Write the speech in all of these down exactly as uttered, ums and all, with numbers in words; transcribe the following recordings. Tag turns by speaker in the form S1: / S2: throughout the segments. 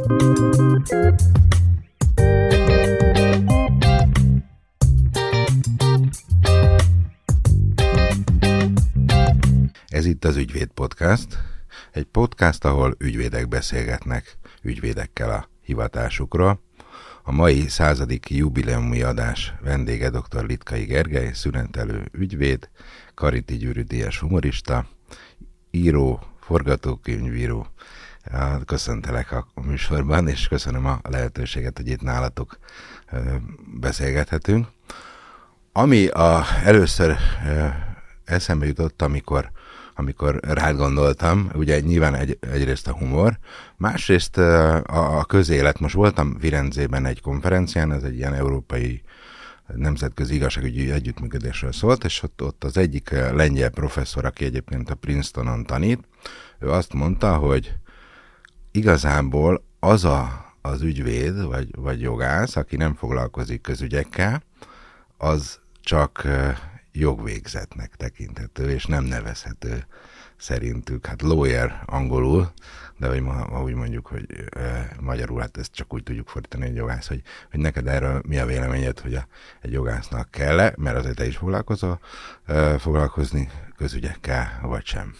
S1: Ez itt az Ügyvéd Podcast, egy podcast, ahol ügyvédek beszélgetnek ügyvédekkel a hivatásukról. A mai századik jubileumi adás vendége dr. Litkai Gergely, szünetelő ügyvéd, Kariti Győrű díjas humorista, író, forgatókönyvíró. Köszöntelek a műsorban, és köszönöm a lehetőséget, hogy itt nálatok beszélgethetünk. Ami a, először eszembe jutott, amikor amikor rád gondoltam, ugye nyilván egy, egyrészt a humor, másrészt a, a közélet. Most voltam Firenzében egy konferencián, ez egy ilyen európai nemzetközi igazságügyi együttműködésről szólt, és ott, ott az egyik lengyel professzor, aki egyébként a Princetonon tanít, ő azt mondta, hogy igazából az a, az ügyvéd, vagy, vagy jogász, aki nem foglalkozik közügyekkel, az csak jogvégzetnek tekinthető, és nem nevezhető szerintük. Hát lawyer angolul, de hogy ma úgy mondjuk, hogy e, magyarul, hát ezt csak úgy tudjuk fordítani, egy jogász, hogy, hogy neked erről mi a véleményed, hogy a, egy jogásznak kell-e, mert azért te is foglalkozol, e, foglalkozni közügyekkel, vagy sem.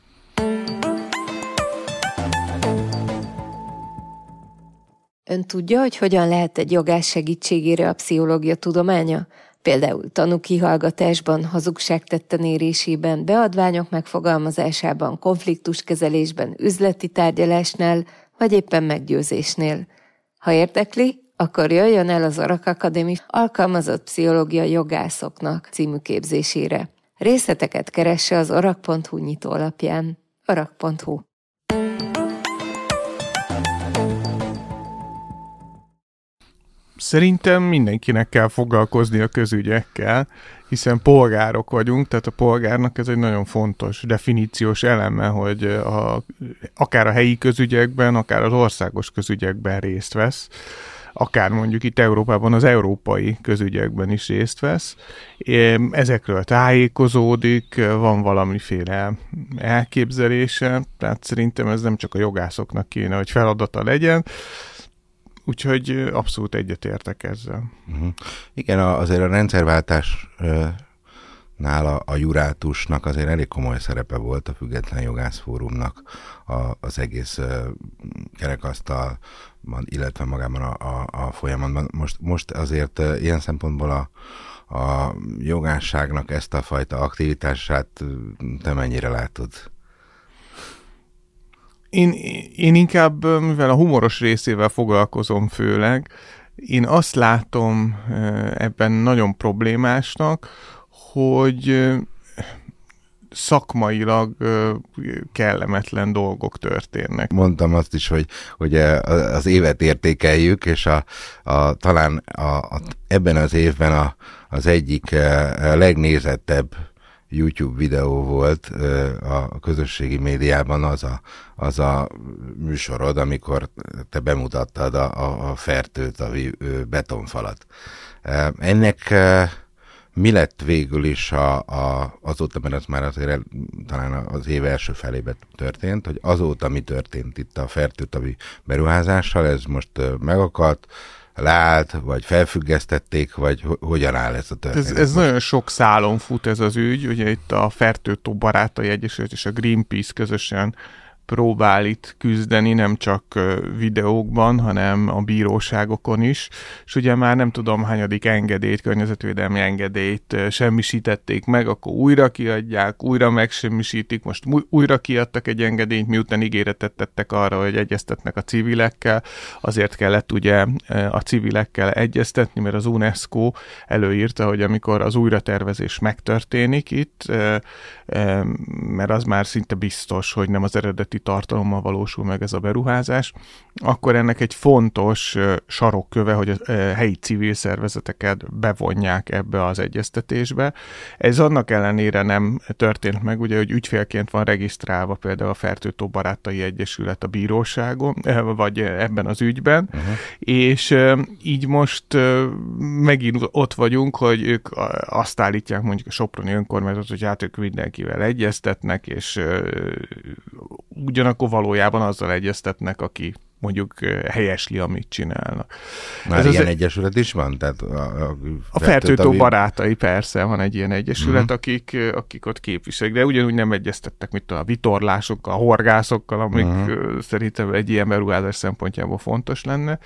S2: Ön tudja, hogy hogyan lehet egy jogász segítségére a pszichológia tudománya? Például tanúkihallgatásban, hazugságtetten érésében, beadványok megfogalmazásában, konfliktuskezelésben, üzleti tárgyalásnál, vagy éppen meggyőzésnél. Ha érdekli, akkor jöjjön el az Arak Academy alkalmazott pszichológia jogászoknak című képzésére. Részleteket keresse az arak pont hu nyitólapján. arak pont hu.
S3: Szerintem mindenkinek kell foglalkozni a közügyekkel, hiszen polgárok vagyunk, tehát a polgárnak ez egy nagyon fontos definíciós eleme, hogy a, akár a helyi közügyekben, akár az országos közügyekben részt vesz, akár mondjuk itt Európában az európai közügyekben is részt vesz. Ezekről tájékozódik, van valamiféle elképzelése, tehát szerintem ez nem csak a jogászoknak kéne, hogy feladata legyen, úgyhogy abszolút egyetértek ezzel.
S1: Uh-huh. Igen, azért a rendszerváltásnál a, a jurátusnak azért elég komoly szerepe volt a Független Jogász Fórumnak a, az egész kerekasztal, illetve magában a, a, a folyamatban. Most, most azért ilyen szempontból a, a jogásságnak ezt a fajta aktivitását te mennyire látod?
S3: Én, én inkább, mivel a humoros részével foglalkozom főleg, én azt látom ebben nagyon problémásnak, hogy szakmailag kellemetlen dolgok történnek.
S1: Mondtam azt is, hogy, hogy az évet értékeljük, és a, a, talán a, a, ebben az évben a, az egyik legnézettebb YouTube videó volt a közösségi médiában az a, az a műsorod, amikor te bemutattad a, a, a fertőtavi betonfalat. Ennek mi lett végül is a, a, azóta, mert az már azért talán az év első felében történt, hogy azóta mi történt itt a fertőtavi beruházással, ez most megakadt, leállt, vagy felfüggesztették, vagy hogyan áll ez a történet?
S3: Ez, ez nagyon sok szálon fut ez az ügy, ugye itt a Fertőtó Barátai Egyesület és a Greenpeace közösen próbál itt küzdeni, nem csak videókban, hanem a bíróságokon is, és ugye már nem tudom hányadik engedélyt, környezetvédelmi engedélyt semmisítették meg, akkor újra kiadják, újra megsemmisítik, most újra kiadtak egy engedélyt, miután ígéretet tettek arra, hogy egyeztetnek a civilekkel, azért kellett ugye a civilekkel egyeztetni, mert az UNESCO előírta, hogy amikor az újratervezés megtörténik itt, mert az már szinte biztos, hogy nem az eredeti tartalommal valósul meg ez a beruházás, akkor ennek egy fontos sarokköve, hogy a helyi civil szervezeteket bevonják ebbe az egyeztetésbe. Ez annak ellenére nem történt meg, ugye, hogy ügyfélként van regisztrálva például a Fertőtó Barátai Egyesület a bíróságon, vagy ebben az ügyben, uh-huh. és így most megint ott vagyunk, hogy ők azt állítják mondjuk a soproni önkormányzat, hogy hát ők mindenkivel egyeztetnek, és ugyanakkor valójában azzal egyeztetnek, aki mondjuk helyesli, amit csinálnak.
S1: Már
S3: Ez
S1: ilyen
S3: az
S1: egyesület is van? Tehát a, a,
S3: a Fertőtó barátai, persze, van egy ilyen egyesület, uh-huh. akik, akik ott képviselik, de ugyanúgy nem egyeztettek, mint a vitorlásokkal, a horgászokkal, amik uh-huh. szerintem egy ilyen beruházás szempontjából fontos lenne.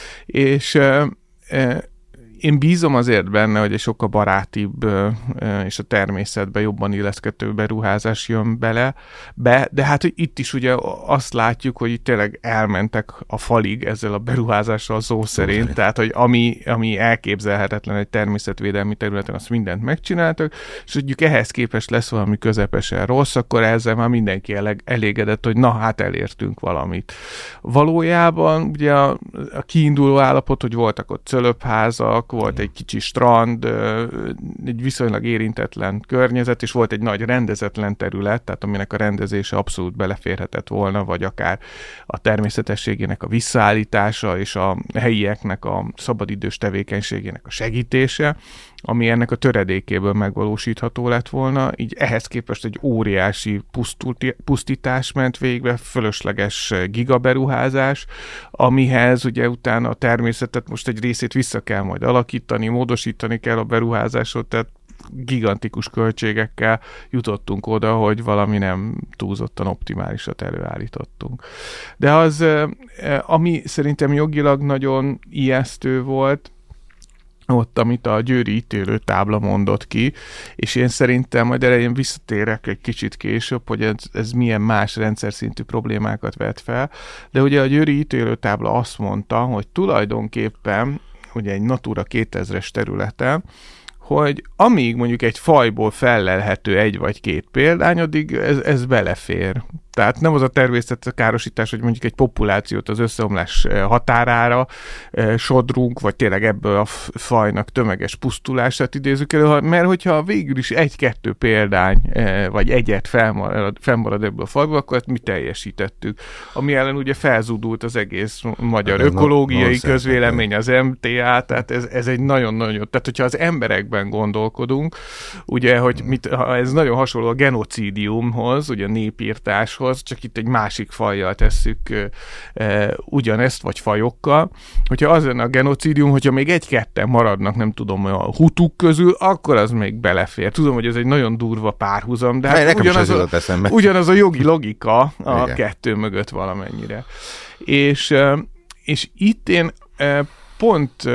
S3: És e, e, én bízom azért benne, hogy egy sokkal barátibb és a természetbe jobban illeszkedő beruházás jön bele, be, de hát itt is ugye azt látjuk, hogy itt tényleg elmentek a falig ezzel a beruházással szó szerint, szerint. Tehát, hogy ami, ami elképzelhetetlen egy természetvédelmi területen, azt mindent megcsináltak, és mondjuk ehhez képest lesz valami közepesen rossz, akkor ezzel már mindenki eleg, elégedett, hogy na, hát elértünk valamit. Valójában ugye a, a kiinduló állapot, hogy voltak ott cölöpházak, volt egy kicsi strand, egy viszonylag érintetlen környezet, és volt egy nagy rendezetlen terület, tehát aminek a rendezése abszolút beleférhetett volna, vagy akár a természetességének a visszaállítása, és a helyieknek a szabadidős tevékenységének a segítése, ami ennek a töredékéből megvalósítható lett volna. Így ehhez képest egy óriási pusztítás ment végbe, fölösleges gigaberuházás, amihez ugye utána a természetet most egy részét vissza kell majd alakítani, módosítani kell a beruházásot, tehát gigantikus költségekkel jutottunk oda, hogy valami nem túlzottan optimálisat előállítottunk. De az, ami szerintem jogilag nagyon ijesztő volt, ott, amit a győri ítélőtábla mondott ki, és én szerintem majd elején visszatérek egy kicsit később, hogy ez, ez milyen más rendszer szintű problémákat vet fel, de ugye a győri ítélőtábla azt mondta, hogy tulajdonképpen ugye egy Natura kétezres területen, hogy amíg mondjuk egy fajból fellelhető egy vagy két példány, addig ez, ez belefér. Tehát nem az a természetkárosítás, hogy mondjuk egy populációt az összeomlás határára sodrunk, vagy tényleg ebből a fajnak tömeges pusztulását idézzük elő, mert hogyha végül is egy-kettő példány, vagy egyet felmarad, felmarad ebből a fajból, akkor ezt mi teljesítettük. Ami ellen ugye felzúdult az egész magyar hát ökológiai no, közvélemény, az em té á, tehát ez, ez egy nagyon-nagyon, tehát hogyha az emberekben gondolkodunk, ugye, hogy mit, ez nagyon hasonló a genocidiumhoz, ugye a népírtáshoz, csak itt egy másik fajjal tesszük e, ugyanezt, vagy fajokkal. Hogyha az lenne a genocidium, hogyha még egy-ketten maradnak, nem tudom, a hutuk közül, akkor az még belefér. Tudom, hogy ez egy nagyon durva párhuzam, de hát ugyanaz, a, ugyanaz a jogi logika a Igen. kettő mögött valamennyire. És, és itt én pont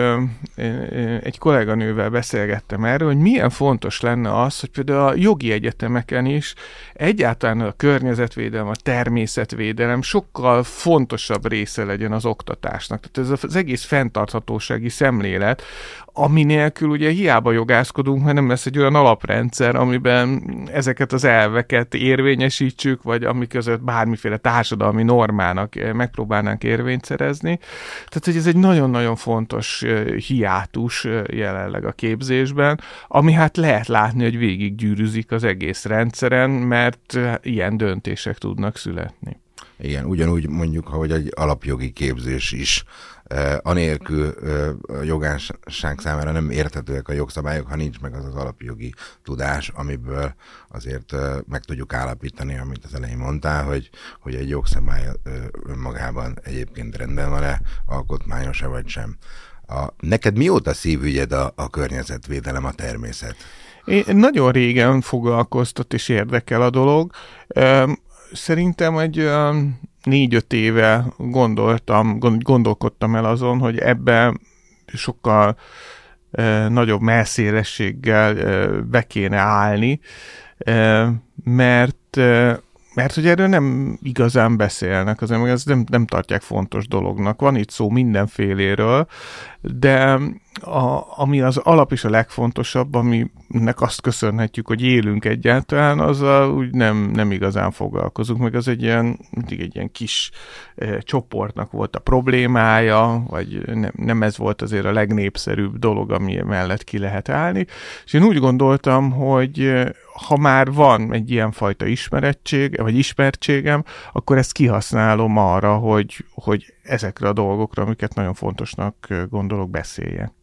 S3: egy kolléganővel beszélgettem erről, hogy milyen fontos lenne az, hogy például a jogi egyetemeken is egyáltalán a környezetvédelem, a természetvédelem sokkal fontosabb része legyen az oktatásnak. Tehát ez az egész fenntarthatósági szemlélet, ami nélkül ugye hiába jogászkodunk, mert nem lesz egy olyan alaprendszer, amiben ezeket az elveket érvényesítsük, vagy ami között bármiféle társadalmi normának megpróbálnánk érvényt szerezni. Tehát, hogy ez egy nagyon-nagyon fontos hiátus jelenleg a képzésben, ami hát lehet látni, hogy végiggyűrűzik az egész rendszeren, mert ilyen döntések tudnak születni.
S1: Igen, ugyanúgy mondjuk, hogy egy alapjogi képzés is Uh, anélkül uh, a jogásság számára nem érthetőek a jogszabályok, ha nincs meg az az alapjogi tudás, amiből azért uh, meg tudjuk állapítani, amit az elején mondtál, hogy, hogy egy jogszabály uh, önmagában egyébként rendben van-e, alkotmányos-e vagy sem. A, neked mióta szívügyed a, a környezetvédelem, a természet?
S3: Én nagyon régen foglalkoztat és érdekel a dolog. Szerintem egy négy-öt éve gondoltam, gondolkodtam el azon, hogy ebben sokkal nagyobb messzélességgel be kéne állni, mert Mert hogy erről nem igazán beszélnek, az emberek nem, nem tartják fontos dolognak. Van itt szó mindenféléről, de a, ami az alap és a legfontosabb, aminek azt köszönhetjük, hogy élünk egyáltalán, azzal úgy nem, nem igazán foglalkozunk, meg az egy ilyen, mindig egy ilyen kis e, csoportnak volt a problémája, vagy nem, nem ez volt azért a legnépszerűbb dolog, ami mellett ki lehet állni. És én úgy gondoltam, hogy ha már van egy ilyen fajta ismerettség, vagy ismertségem, akkor ezt kihasználom arra, hogy, hogy ezekre a dolgokra, amiket nagyon fontosnak gondolok, beszéljek.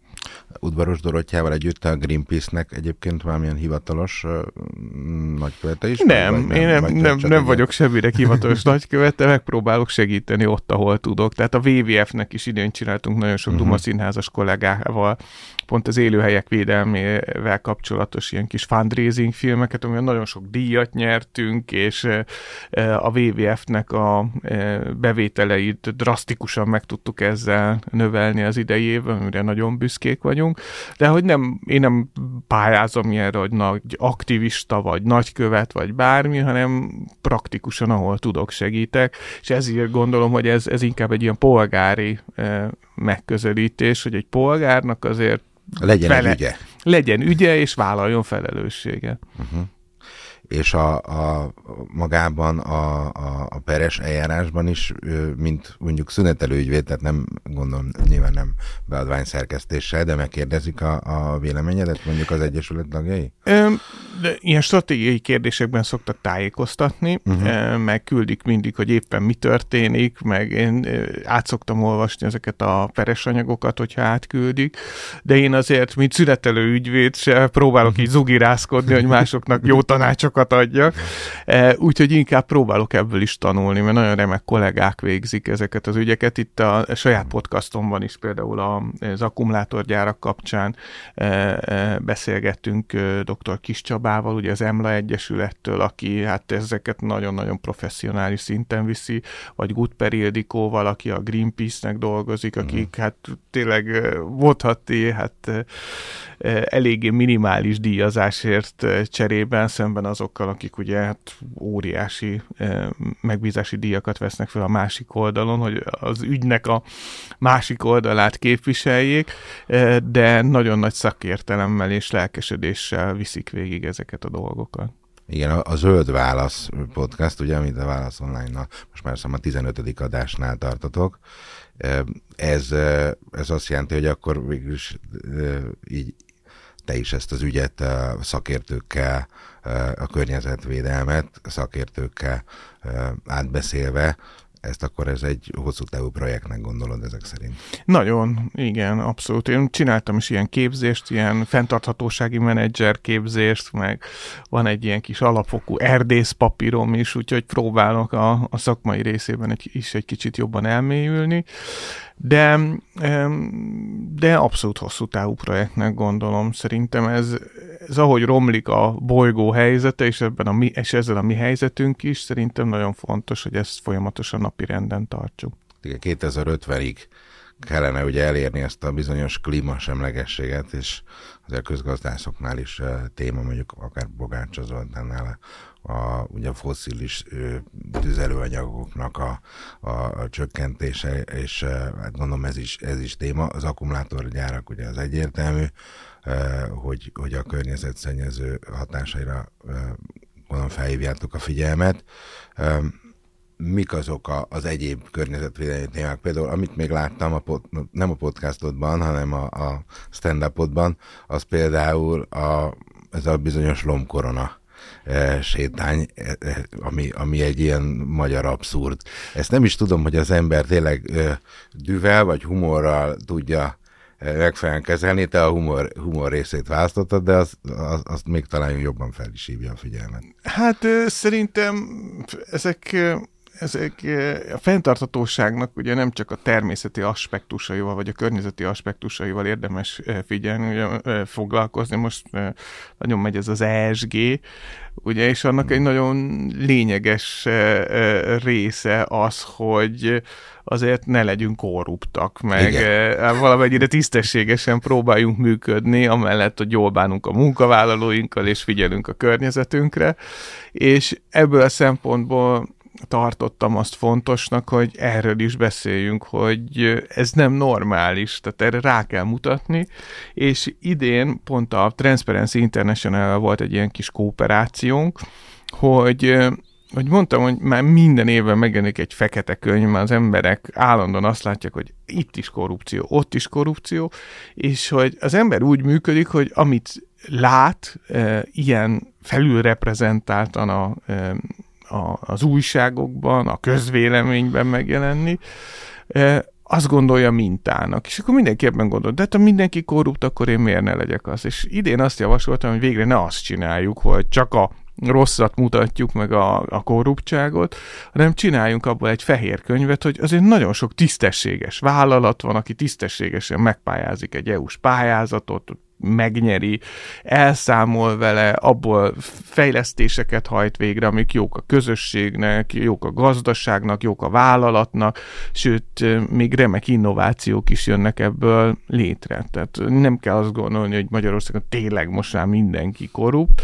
S1: Udvaros Dorottyával együtt a Greenpeace-nek egyébként valamilyen hivatalos uh, nagykövete is?
S3: Nem,
S1: vagy, vagy
S3: én nem,
S1: vagy
S3: nem, nem vagyok semmire hivatalos nagykövete, megpróbálok segíteni ott, ahol tudok. Tehát a vé vé ef-nek is idén csináltunk nagyon sok uh-huh. Duma színházas kollégával, pont az élőhelyek védelmével kapcsolatos ilyen kis fundraising filmeket, amivel nagyon sok díjat nyertünk, és a vé vé ef-nek a bevételeit drasztikusan meg tudtuk ezzel növelni az idei évben, amire nagyon büszkék vagyunk. De hogy nem, én nem pályázom ilyenre, hogy nagy aktivista, vagy nagykövet, vagy bármi, hanem praktikusan, ahol tudok, segítek, és ezért gondolom, hogy ez, ez inkább egy ilyen polgári megközelítés, hogy egy polgárnak azért
S1: legyen fele, ügye.
S3: Legyen ügye, és vállaljon felelősséget.
S1: Uh-huh. És a, a magában a, a, a peres eljárásban is, mint mondjuk szünetelő ügyvéd, tehát nem gondolom, nyilván nem beadványszerkesztéssel, de megkérdezik a, a véleményedet mondjuk az Egyesület tagjai?
S3: De ilyen stratégiai kérdésekben szoktak tájékoztatni, uh-huh. meg küldik mindig, hogy éppen mi történik, meg én át szoktam olvasni ezeket a peres anyagokat, hogyha átküldik, de én azért, mint szünetelő ügyvéd, se próbálok uh-huh. így zugirázkodni, hogy másoknak jó tanácsokat adjak, úgyhogy inkább próbálok ebből is tanulni, mert nagyon remek kollégák végzik ezeket az ügyeket. Itt a saját podcastomban is például az akkumulátorgyárak kapcsán beszélgettünk dr. Kis Csabával, ugye az EMLA Egyesülettől, aki hát ezeket nagyon-nagyon professzionális szinten viszi, vagy Gutper Ildikóval, aki a Greenpeace-nek dolgozik, akik mm. hát tényleg mondhatni, hát eléggé minimális díjazásért cserében, szemben azokkal, akik ugye hát óriási megbízási díjakat vesznek fel a másik oldalon, hogy az ügynek a másik oldalát képviseljék, de nagyon nagy szakértelemmel és lelkesedéssel viszik végig ezeket a dolgokat.
S1: Igen, a, a Zöld Válasz podcast, ugye, amit a Válasz Online-nal most már a tizenötödik adásnál tartotok, ez, ez azt jelenti, hogy akkor végülis így te is ezt az ügyet a szakértőkkel, a környezetvédelmet szakértőkkel átbeszélve, ezt akkor ez egy hosszú távú projektnek gondolod ezek szerint? Nagyon, igen, abszolút. Én csináltam is ilyen képzést, ilyen fenntarthatósági menedzser képzést, meg van egy ilyen kis alapfokú erdész papírom is, úgyhogy próbálok a, a szakmai részében egy, is egy kicsit jobban elmélyülni, de, de abszolút hosszú távú projektnek gondolom. Szerintem ez, ez ahogy romlik a bolygó helyzete, és, ebben a mi, és ezzel a mi helyzetünk is, szerintem nagyon fontos, hogy ezt folyamatosan napirenden tartsuk. kétezer-ötvenig kellene ugye elérni ezt a bizonyos klímasemlegességet, és azért közgazdászoknál is uh, téma, mondjuk akár Bogácsa Zoltánnál a, a, ugye a fosszilis uh, tüzelőanyagoknak a, a, a csökkentése, és uh, hát gondolom ez is, ez is téma. Az akkumulátorgyárak ugye az egyértelmű, uh, hogy, hogy a környezetszennyező hatásaira uh, gondolom felhívjátok a figyelmet. Um, Mik azok a, az egyéb környezetvédelmi témák? Például, amit még láttam, a pod, nem a podcastodban, hanem a, a stand-upodban, az például a, ez a bizonyos lombkorona e, sétány, e, ami, ami egy ilyen magyar abszurd. Ezt nem is tudom, hogy az ember tényleg e, düvel vagy humorral tudja megfelelően kezelni, te a humor, humor részét választottad, de az, az, azt még talán jobban fel is hívja a figyelmet. Hát szerintem ezek... Ezek a fenntarthatóságnak ugye nem csak a természeti aspektusaival, vagy a környezeti aspektusaival érdemes figyelni, ugye, foglalkozni. Most nagyon megy ez az E S G, ugye, és annak egy nagyon lényeges része az, hogy azért ne legyünk korruptak, meg igen, valamennyire tisztességesen próbáljunk működni, amellett, hogy jól bánunk a munkavállalóinkkal, és figyelünk a környezetünkre, és ebből a szempontból tartottam azt fontosnak, hogy erről is beszéljünk, hogy ez nem normális, tehát erre rá kell mutatni, és idén pont a Transparency International volt egy ilyen kis kooperációnk, hogy, hogy mondtam, hogy már minden évben megjelenik egy fekete könyv, már az emberek állandóan azt látják, hogy itt is korrupció, ott is korrupció, és hogy az ember úgy működik, hogy amit lát, e, ilyen felülreprezentáltan a A, az újságokban, a közvéleményben megjelenni,
S3: azt gondolja mintának. És akkor mindenki ebben gondol, de ha mindenki korrupt, akkor én miért ne legyek az? És idén azt javasoltam, hogy végre ne azt csináljuk, hogy csak a rosszat mutatjuk, meg a, a korruptságot, hanem csináljunk abból egy fehér könyvet, hogy azért nagyon sok tisztességes vállalat van, aki tisztességesen megpályázik egy é u-s pályázatot, megnyeri, elszámol vele, abból fejlesztéseket hajt végre, amik jók a közösségnek, jók a gazdaságnak, jók a vállalatnak, sőt, még remek innovációk is jönnek ebből létre. Tehát nem kell azt gondolni, hogy Magyarországon tényleg most már mindenki korrupt,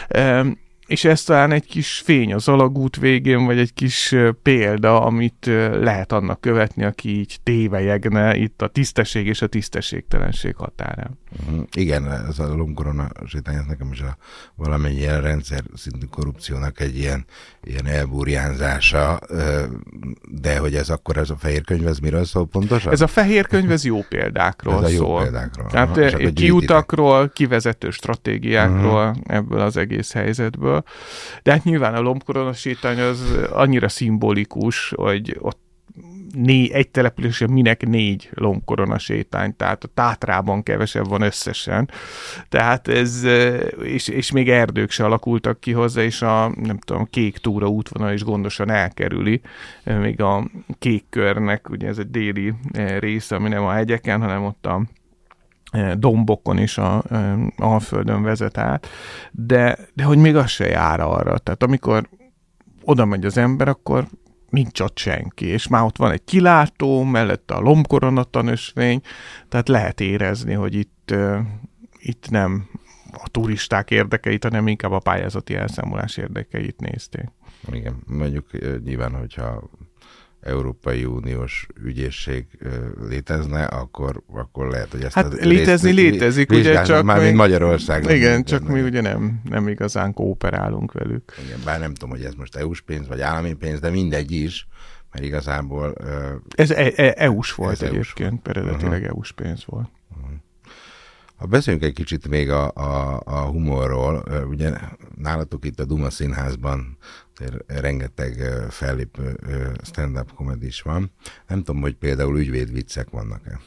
S3: és ez talán egy kis fény az alagút végén, vagy egy kis példa, amit lehet annak követni, aki így tévejegne itt a tisztesség és a tisztességtelenség határán.
S1: Uh-huh. Igen, ez a lombkorona sétány, ez nekem is a valamennyi ilyen rendszer szintű korrupciónak egy ilyen, ilyen elburjánzása, de hogy ez akkor ez a fehér könyv, ez miről szól pontosan?
S3: Ez a fehér könyv, ez jó példákról
S1: ez
S3: szól.
S1: A jó példákról.
S3: Tehát kiutakról, kivezető stratégiákról, uh-huh. ebből az egész helyzetből. De hát nyilván a lombkorona sétány az annyira szimbolikus, hogy ott né, egy településen minek négy lombkorona sétány, tehát a Tátrában kevesebb van összesen. Tehát ez, és, és még erdők se alakultak ki hozzá, és a, nem tudom, a Kék túra útvonal is gondosan elkerüli. Még a Kék körnek, ugye ez egy déli része, ami nem a hegyeken, hanem ott a dombokon is a Alföldön vezet át, de, de hogy még az se jár arra. Tehát amikor oda megy az ember, akkor nincs ott senki, és már ott van egy kilátó, mellette a lombkoronatanösvény, tehát lehet érezni, hogy itt, itt nem a turisták érdekeit, hanem inkább a pályázati elszámolás érdekeit nézték.
S1: Igen, mondjuk nyilván, hogyha Európai Uniós ügyészség létezne, akkor, akkor lehet, hogy ezt
S3: hát a létezni részt, létezik, ugye csak
S1: már mint Magyarország.
S3: Igen, csak mi ugye nem, nem igazán kooperálunk velük.
S1: Igen, bár nem tudom, hogy ez most é u-s pénz, vagy állami pénz, de mindegy is, mert igazából... Uh,
S3: ez é u-s volt ez egyébként, eredetileg uh-huh. é u-s pénz volt.
S1: Uh-huh. Ha beszéljünk egy kicsit még a, a, a humorról, ugye nálatok itt a Duma Színházban rengeteg fellépő stand-up comedy is van. Nem tudom, hogy például ügyvédviccek vannak-e.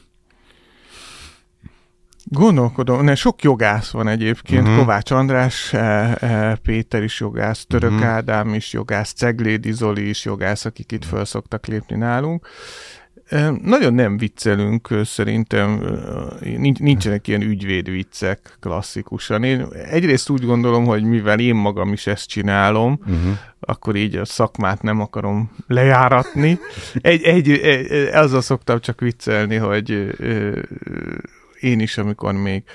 S3: Gondolkodom, ne, sok jogász van egyébként, uh-huh. Kovács András, e, e, Péter is jogász, Török uh-huh. Ádám is jogász, Ceglédi Zoli is jogász, akik itt föl szoktak lépni nálunk. Nagyon nem viccelünk, szerintem nincsenek ilyen ügyvédviccek klasszikusan. Én egyrészt úgy gondolom, hogy mivel én magam is ezt csinálom, uh-huh. akkor így a szakmát nem akarom lejáratni. Egy, egy, egy, azzal szoktam csak viccelni, hogy én is, amikor még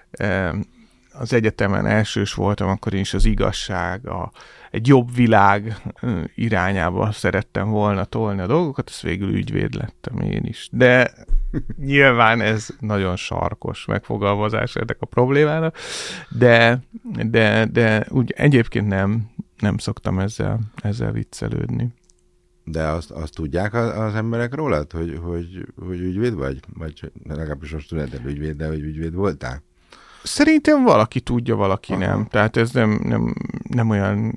S3: az egyetemen elsős voltam, akkor én is az igazság, a, egy jobb világ irányába szerettem volna tolni a dolgokat, ezt végül ügyvéd lettem én is. De nyilván ez nagyon sarkos megfogalmazás ennek a problémának, de, de, de úgy egyébként nem, nem szoktam ezzel, ezzel viccelődni.
S1: De azt, azt tudják az emberek rólad, hogy, hogy, hogy ügyvéd vagy? Vagy legalábbis most tudod, ügyvéd, de hogy ügyvéd voltál?
S3: Szerintem valaki tudja, valaki Aha. nem. Tehát ez nem, nem, nem olyan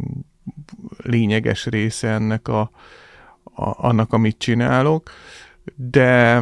S3: lényeges része ennek a, a, annak, amit csinálok, de,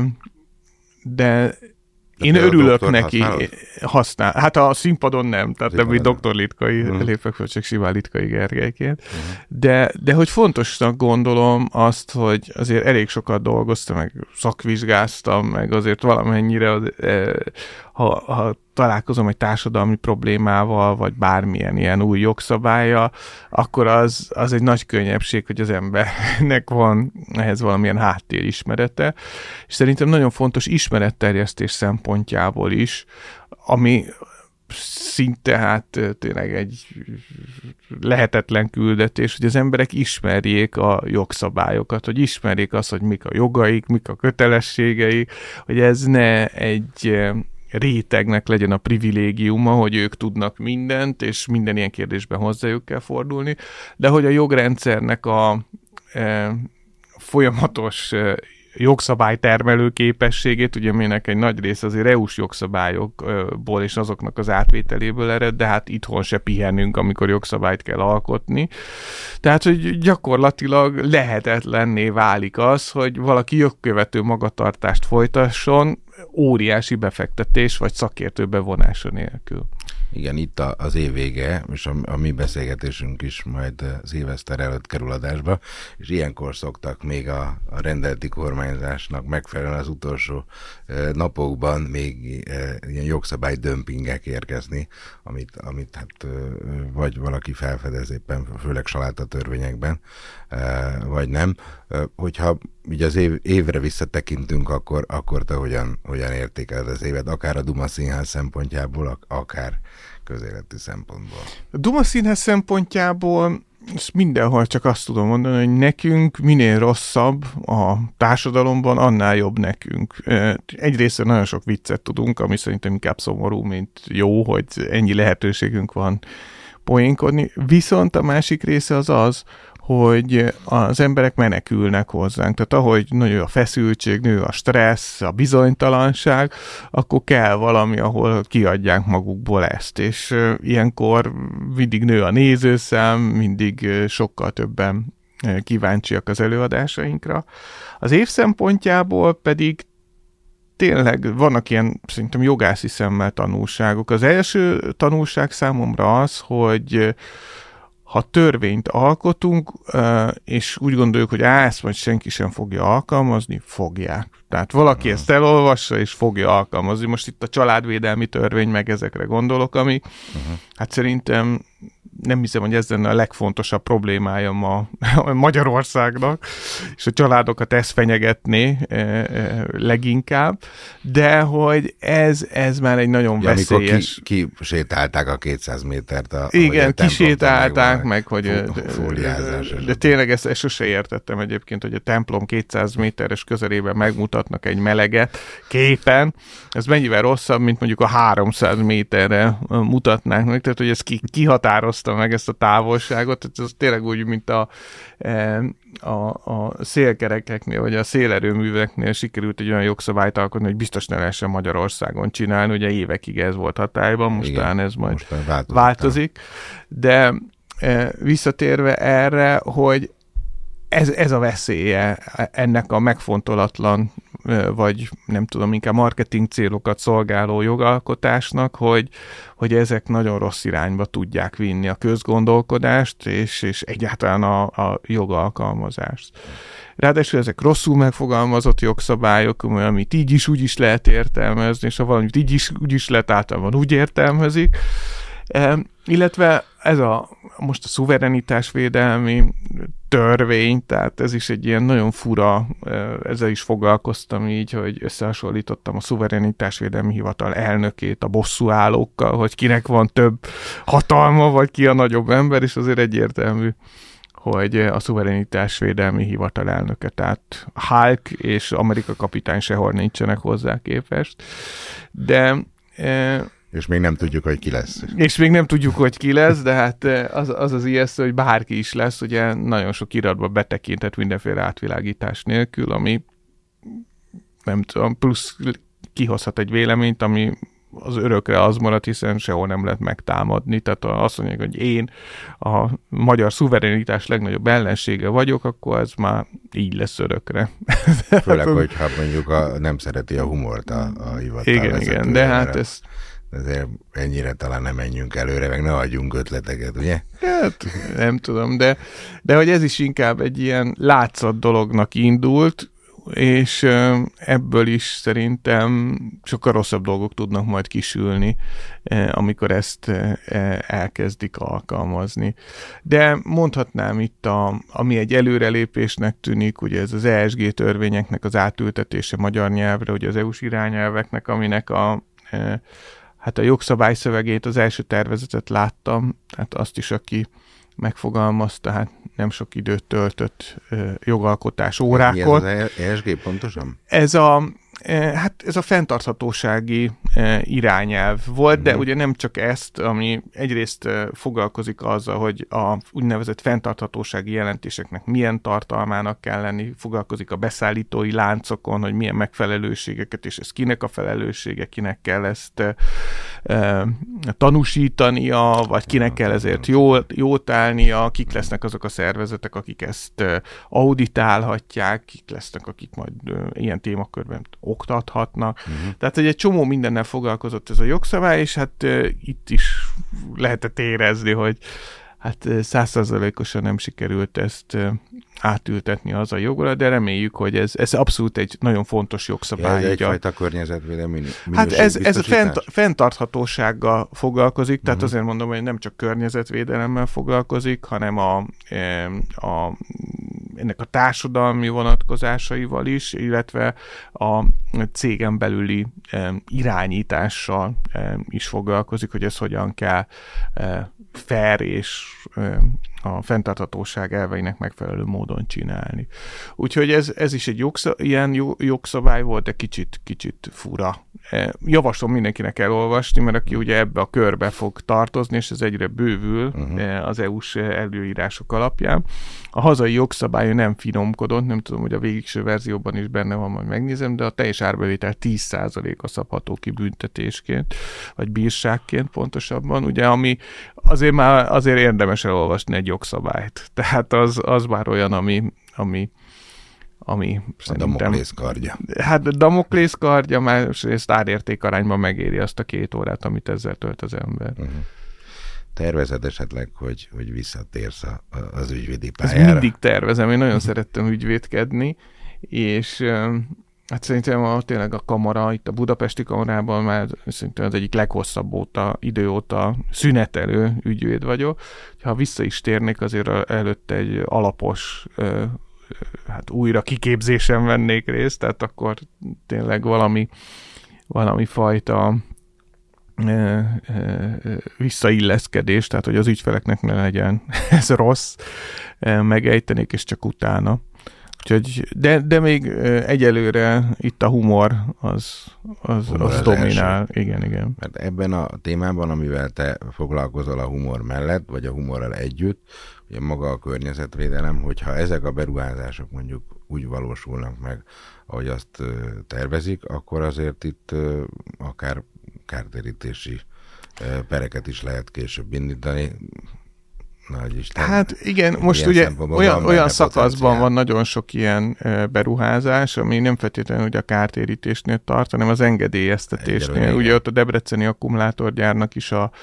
S3: de én örülök neki. Használod? Használ. Hát a színpadon nem, tehát nem, mint doktor Litkai, uh-huh. lépek föl, csak simán Litkai Gergelyként. Uh-huh. De, de hogy fontosnak gondolom azt, hogy azért elég sokat dolgoztam, meg szakvizsgáztam, meg azért valamennyire, ha, ha találkozom egy társadalmi problémával, vagy bármilyen ilyen új jogszabálya, akkor az, az egy nagy könnyebbség, hogy az embernek van ehhez valamilyen háttérismerete. És szerintem nagyon fontos ismeretterjesztés szempontjából is, ami szinte hát tényleg egy lehetetlen küldetés, hogy az emberek ismerjék a jogszabályokat, hogy ismerjék azt, hogy mik a jogaik, mik a kötelességeik, hogy ez ne egy rétegnek legyen a privilégiuma, hogy ők tudnak mindent, és minden ilyen kérdésben hozzájuk kell fordulni, de hogy a jogrendszernek a e, folyamatos e, jogszabálytermelő képességét, ugye aminek egy nagy része azért é u-s jogszabályokból és azoknak az átvételéből ered, de hát itthon se pihenünk, amikor jogszabályt kell alkotni. Tehát, hogy gyakorlatilag lehetetlenné válik az, hogy valaki jogkövető magatartást folytasson, óriási befektetés vagy szakértő bevonása nélkül.
S1: Igen, itt a, az év vége, és a, a mi beszélgetésünk is majd az éveszter előtt kerül adásba, és ilyenkor szoktak még a, a rendeleti kormányzásnak megfelelően az utolsó e, napokban még e, ilyen jogszabálydömpingek érkezni, amit, amit hát e, vagy valaki felfedez éppen, főleg salátatörvényekben, e, vagy nem. E, hogyha ugye az év, évre visszatekintünk, akkor, akkor te hogyan, hogyan értékeled az évet, akár a Duma Színház szempontjából, akár közéleti szempontból.
S3: A Duma Színház szempontjából mindenhol csak azt tudom mondani, hogy nekünk minél rosszabb a társadalomban, annál jobb nekünk. Egyrészt nagyon sok viccet tudunk, ami szerintem inkább szomorú, mint jó, hogy ennyi lehetőségünk van poénkodni. Viszont a másik része az az, hogy az emberek menekülnek hozzánk. Tehát ahogy nő a feszültség, nő a stressz, a bizonytalanság, akkor kell valami, ahol kiadják magukból ezt. És uh, ilyenkor mindig nő a nézőszám, mindig uh, sokkal többen uh, kíváncsiak az előadásainkra. Az év szempontjából pedig tényleg vannak ilyen, szerintem jogászi szemmel tanulságok. Az első tanulság számomra az, hogy ha törvényt alkotunk, és úgy gondoljuk, hogy á, ezt majd senki sem fogja alkalmazni, fogják. Tehát valaki ezt elolvassa, és fogja alkalmazni. Most itt a családvédelmi törvény, meg ezekre gondolok, ami uh-huh. hát szerintem nem hiszem, hogy ez lenne a legfontosabb problémája ma Magyarországnak, és a családokat ez fenyegetné e, e, leginkább, de hogy ez, ez már egy nagyon ja, veszélyes...
S1: Ki, kisétálták a kétszáz métert. A,
S3: igen, kisétálták, meg, meg hogy...
S1: Fóliázás.
S3: De, de tényleg ezt, ezt sose értettem egyébként, hogy a templom kétszáz méteres közelében megmutatnak egy meleget képen. Ez mennyivel rosszabb, mint mondjuk a háromszáz méterre mutatnánk meg, tehát hogy ez ki, kihatározta meg ezt a távolságot, ez tényleg úgy, mint a, a, a szélkerekeknél, vagy a szélerőműveknél sikerült egy olyan jogszabályt alkotni, hogy biztos ne lehessen Magyarországon csinálni, ugye évekig ez volt hatályban, most talán ez majd
S1: most változik,
S3: változik, de visszatérve erre, hogy ez, ez a veszélye ennek a megfontolatlan, vagy nem tudom, inkább marketing célokat szolgáló jogalkotásnak, hogy, hogy ezek nagyon rossz irányba tudják vinni a közgondolkodást, és, és egyáltalán a, a jogalkalmazást. Ráadásul ezek rosszul megfogalmazott jogszabályok, amit így is, úgy is lehet értelmezni, és ha valamit így is, úgy is lehet, általában úgy értelmezik. E, illetve ez a most a szuverenitásvédelmi törvény, tehát ez is egy ilyen nagyon fura, ezzel is foglalkoztam így, hogy összehasonlítottam a szuverenitásvédelmi hivatal elnökét a bosszúállókkal, hogy kinek van több hatalma, vagy ki a nagyobb ember, és azért egyértelmű, hogy a szuverenitásvédelmi hivatal elnöke, tehát Hulk és Amerika kapitány sehol nincsenek hozzá képest, de...
S1: És még nem tudjuk, hogy ki lesz.
S3: És még nem tudjuk, hogy ki lesz, de hát az az, az ijesztő, hogy bárki is lesz, ugye nagyon sok iratba betekintett mindenféle átvilágítás nélkül, ami nem tudom, plusz kihozhat egy véleményt, ami az örökre az marad, hiszen sehol nem lehet megtámadni. Tehát azt mondják, hogy én a magyar szuverenitás legnagyobb ellensége vagyok, akkor ez már így lesz örökre.
S1: Főleg, hogyha mondjuk a, nem szereti a humort a, a hivatal.
S3: Igen, igen, de hát ez...
S1: Ezért ennyire talán nem menjünk előre, meg ne adjunk ötleteket, ugye?
S3: Hát nem tudom, de, de hogy ez is inkább egy ilyen látszat dolognak indult, és ebből is szerintem sokkal rosszabb dolgok tudnak majd kisülni, amikor ezt elkezdik alkalmazni. De mondhatnám itt, a, ami egy előrelépésnek tűnik, ugye ez az E S G törvényeknek az átültetése magyar nyelvre, ugye az é u-s irányelveknek, aminek a hát a jogszabályszövegét, az első tervezetet láttam, hát azt is, aki megfogalmazta, hát nem sok időt töltött ö, jogalkotás órákon.
S1: Mi ez az E S G pontosan?
S3: Ez a, e, hát ez a fenntarthatósági irányelv volt, de ugye nem csak ezt, ami egyrészt foglalkozik azzal, hogy a úgynevezett fenntarthatósági jelentéseknek milyen tartalmának kell lenni, foglalkozik a beszállítói láncokon, hogy milyen megfelelőségeket, és ez kinek a felelőssége, kinek kell ezt e, tanúsítania, vagy kinek kell ezért jól, jót állnia, kik lesznek azok a szervezetek, akik ezt auditálhatják, kik lesznek, akik majd e, ilyen témakörben oktathatnak. Uh-huh. Tehát, hogy egy csomó mindennel foglalkozott ez a jogszabály, és hát e, itt is lehetett érezni, hogy hát száz százalékosan nem sikerült ezt e, átültetni az a jogra, de reméljük, hogy ez, ez abszolút egy nagyon fontos jogszabály.
S1: Ja, ez egyfajta környezetvédelmi minőségbiztosítás.
S3: Hát ez, ez a fent, fenntarthatósággal foglalkozik, tehát uh-huh. azért mondom, hogy nem csak környezetvédelemmel foglalkozik, hanem a, a, ennek a társadalmi vonatkozásaival is, illetve a cégen belüli irányítással is foglalkozik, hogy ez hogyan kell fair és a fenntarthatóság elveinek megfelelő módon csinálni. Úgyhogy ez, ez is egy jogszab, ilyen jogszabály volt, de kicsit, kicsit fura. Javaslom mindenkinek elolvasni, mert aki ugye ebbe a körbe fog tartozni, és ez egyre bővül uh-huh. az é u-s előírások alapján. A hazai jogszabály nem finomkodott, nem tudom, hogy a végső verzióban is benne van, majd megnézem, de a teljes árbevétel tíz százaléka szabható ki büntetésként, vagy bírságként pontosabban, ugye, ami azért már azért érdemes elolvasni egy jogszabályt. Tehát az, az már olyan, ami, ami, ami
S1: a Damoklész kardja.
S3: Hát Damoklész kardja, másrészt árértékarányban megéri azt a két órát, amit ezzel tölt az ember. Uh-huh.
S1: Tervezed esetleg, hogy, hogy visszatérsz a, az ügyvédi pályára?
S3: Ezt mindig tervezem, én nagyon szerettem ügyvédkedni, és hát szerintem a, tényleg a kamara, itt a budapesti kamarában már szerintem az egyik leghosszabb óta, idő óta szünetelő ügyvéd vagyok. Ha vissza is térnék, azért előtte egy alapos hát újra kiképzésen vennék részt, tehát akkor tényleg valami, valami fajta visszailleszkedés, tehát hogy az ügyfeleknek ne legyen ez rossz, megejtenék, és csak utána. Úgyhogy, de, de még egyelőre itt a humor az, az, humor az, az dominál. Első. Igen, igen.
S1: Mert ebben a témában, amivel te foglalkozol a humor mellett, vagy a humorral együtt, ugye maga a környezetvédelem, hogyha ezek a beruházások mondjuk úgy valósulnak meg, ahogy azt tervezik, akkor azért itt akár kártérítési pereket is lehet később indítani. Nagy Isten.
S3: Hát igen, most ugye olyan, olyan szakaszban van nagyon sok ilyen beruházás, ami nem feltétlenül ugye a kártérítésnél tart, hanem az engedélyeztetésnél. Egyelőre, ugye igen. Ott a debreceni akkumulátorgyárnak is a,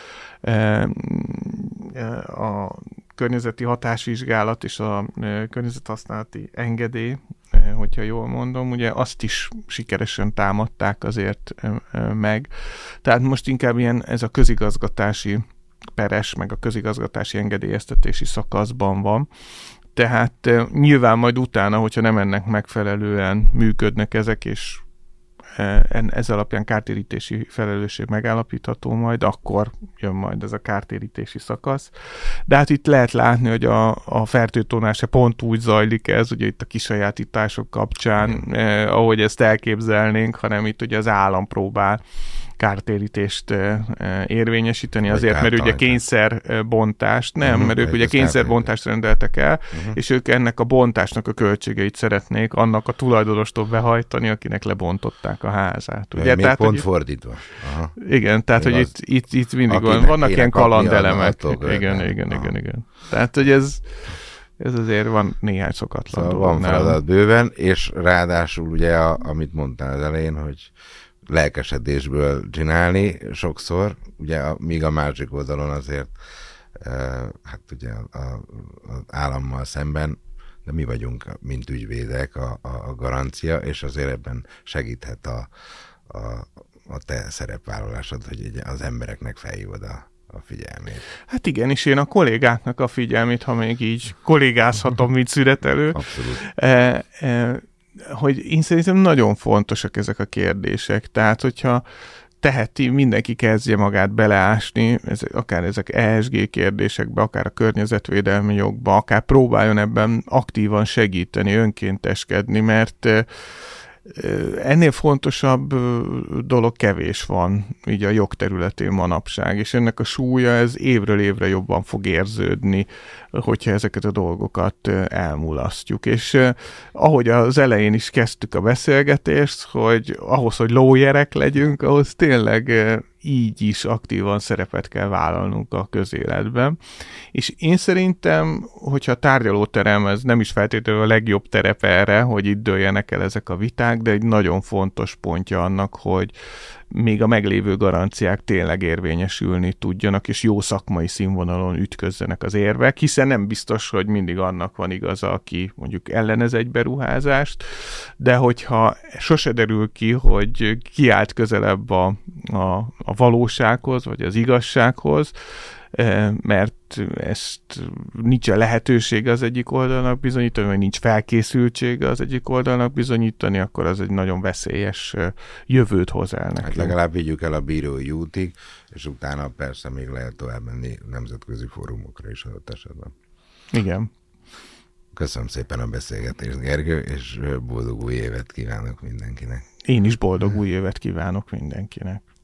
S3: a környezeti hatásvizsgálat és a környezethasználati engedély, hogyha jól mondom, ugye azt is sikeresen támadták azért meg. Tehát most inkább ilyen ez a közigazgatási peres, meg a közigazgatási engedélyeztetési szakaszban van. Tehát e, nyilván majd utána, hogyha nem ennek megfelelően működnek ezek, és e, ez alapján kártérítési felelősség megállapítható majd, akkor jön majd ez a kártérítési szakasz. De hát itt lehet látni, hogy a, a fertőtónása pont úgy zajlik ez, ugye itt a kisajátítások kapcsán, eh, ahogy ezt elképzelnénk, hanem itt ugye az állam próbál kártérítést érvényesíteni, vagy azért, mert ugye kényszerbontást, nem, uh-huh, mert ők ugye kényszerbontást rendeltek el, uh-huh. és ők ennek a bontásnak a költségeit szeretnék annak a tulajdonostól behajtani, akinek lebontották a házát. Ugye?
S1: Még
S3: tehát,
S1: pont
S3: hogy,
S1: fordítva. Aha.
S3: Igen, tehát,
S1: Még
S3: hogy
S1: az,
S3: itt, itt, itt mindig van, vannak ilyen kalandelemek. Igen, igen, igen, igen, igen. Tehát, hogy ez Ez azért van néhány szokatlan
S1: szóval van feladat bőven, és ráadásul ugye, a, amit mondtál az elején, hogy lelkesedésből csinálni sokszor, ugye a, míg a másik oldalon azért e, hát ugye az állammal szemben, de mi vagyunk, mint ügyvédek, a, a, a garancia, és azért ebben segíthet a, a, a te szerepvállalásod, hogy az embereknek felhívod a a figyelmét.
S3: Hát igen, és én a kollégáknak a figyelmét, ha még így kollégázhatom, mint szüretelő.
S1: Abszolút.
S3: E, e, hogy én szerintem nagyon fontosak ezek a kérdések. Tehát, hogyha teheti, mindenki kezdje magát beleásni, ez, akár ezek E S G kérdésekbe, akár a környezetvédelmi jogba, akár próbáljon ebben aktívan segíteni, önkénteskedni, mert Ennél fontosabb dolog kevés van így a jogterületén manapság, és ennek a súlya ez évről évre jobban fog érződni, hogyha ezeket a dolgokat elmulasztjuk. És ahogy az elején is kezdtük a beszélgetést, hogy ahhoz, hogy lawyer-ek legyünk, ahhoz tényleg így is aktívan szerepet kell vállalnunk a közéletben. És én szerintem, hogyha a tárgyalóterem, ez nem is feltétlenül a legjobb terep erre, hogy itt dőljenek el ezek a viták, de egy nagyon fontos pontja annak, hogy még a meglévő garanciák tényleg érvényesülni tudjanak, és jó szakmai színvonalon ütközzenek az érvek, hiszen nem biztos, hogy mindig annak van igaza, aki mondjuk ellenez egy beruházást, de hogyha sose derül ki, hogy ki állt közelebb a, a, a valósághoz, vagy az igazsághoz, mert ezt nincs a lehetősége az egyik oldalnak bizonyítani, vagy nincs felkészültsége az egyik oldalnak bizonyítani, akkor az egy nagyon veszélyes jövőt hoz el neki.
S1: Hát legalább vigyük el a bírói útig, és utána persze még lehet tovább menni nemzetközi fórumokra is adott esetben.
S3: Igen.
S1: Köszönöm szépen a beszélgetést, Gergő, és boldog új évet kívánok mindenkinek.
S3: Én is boldog új évet kívánok mindenkinek.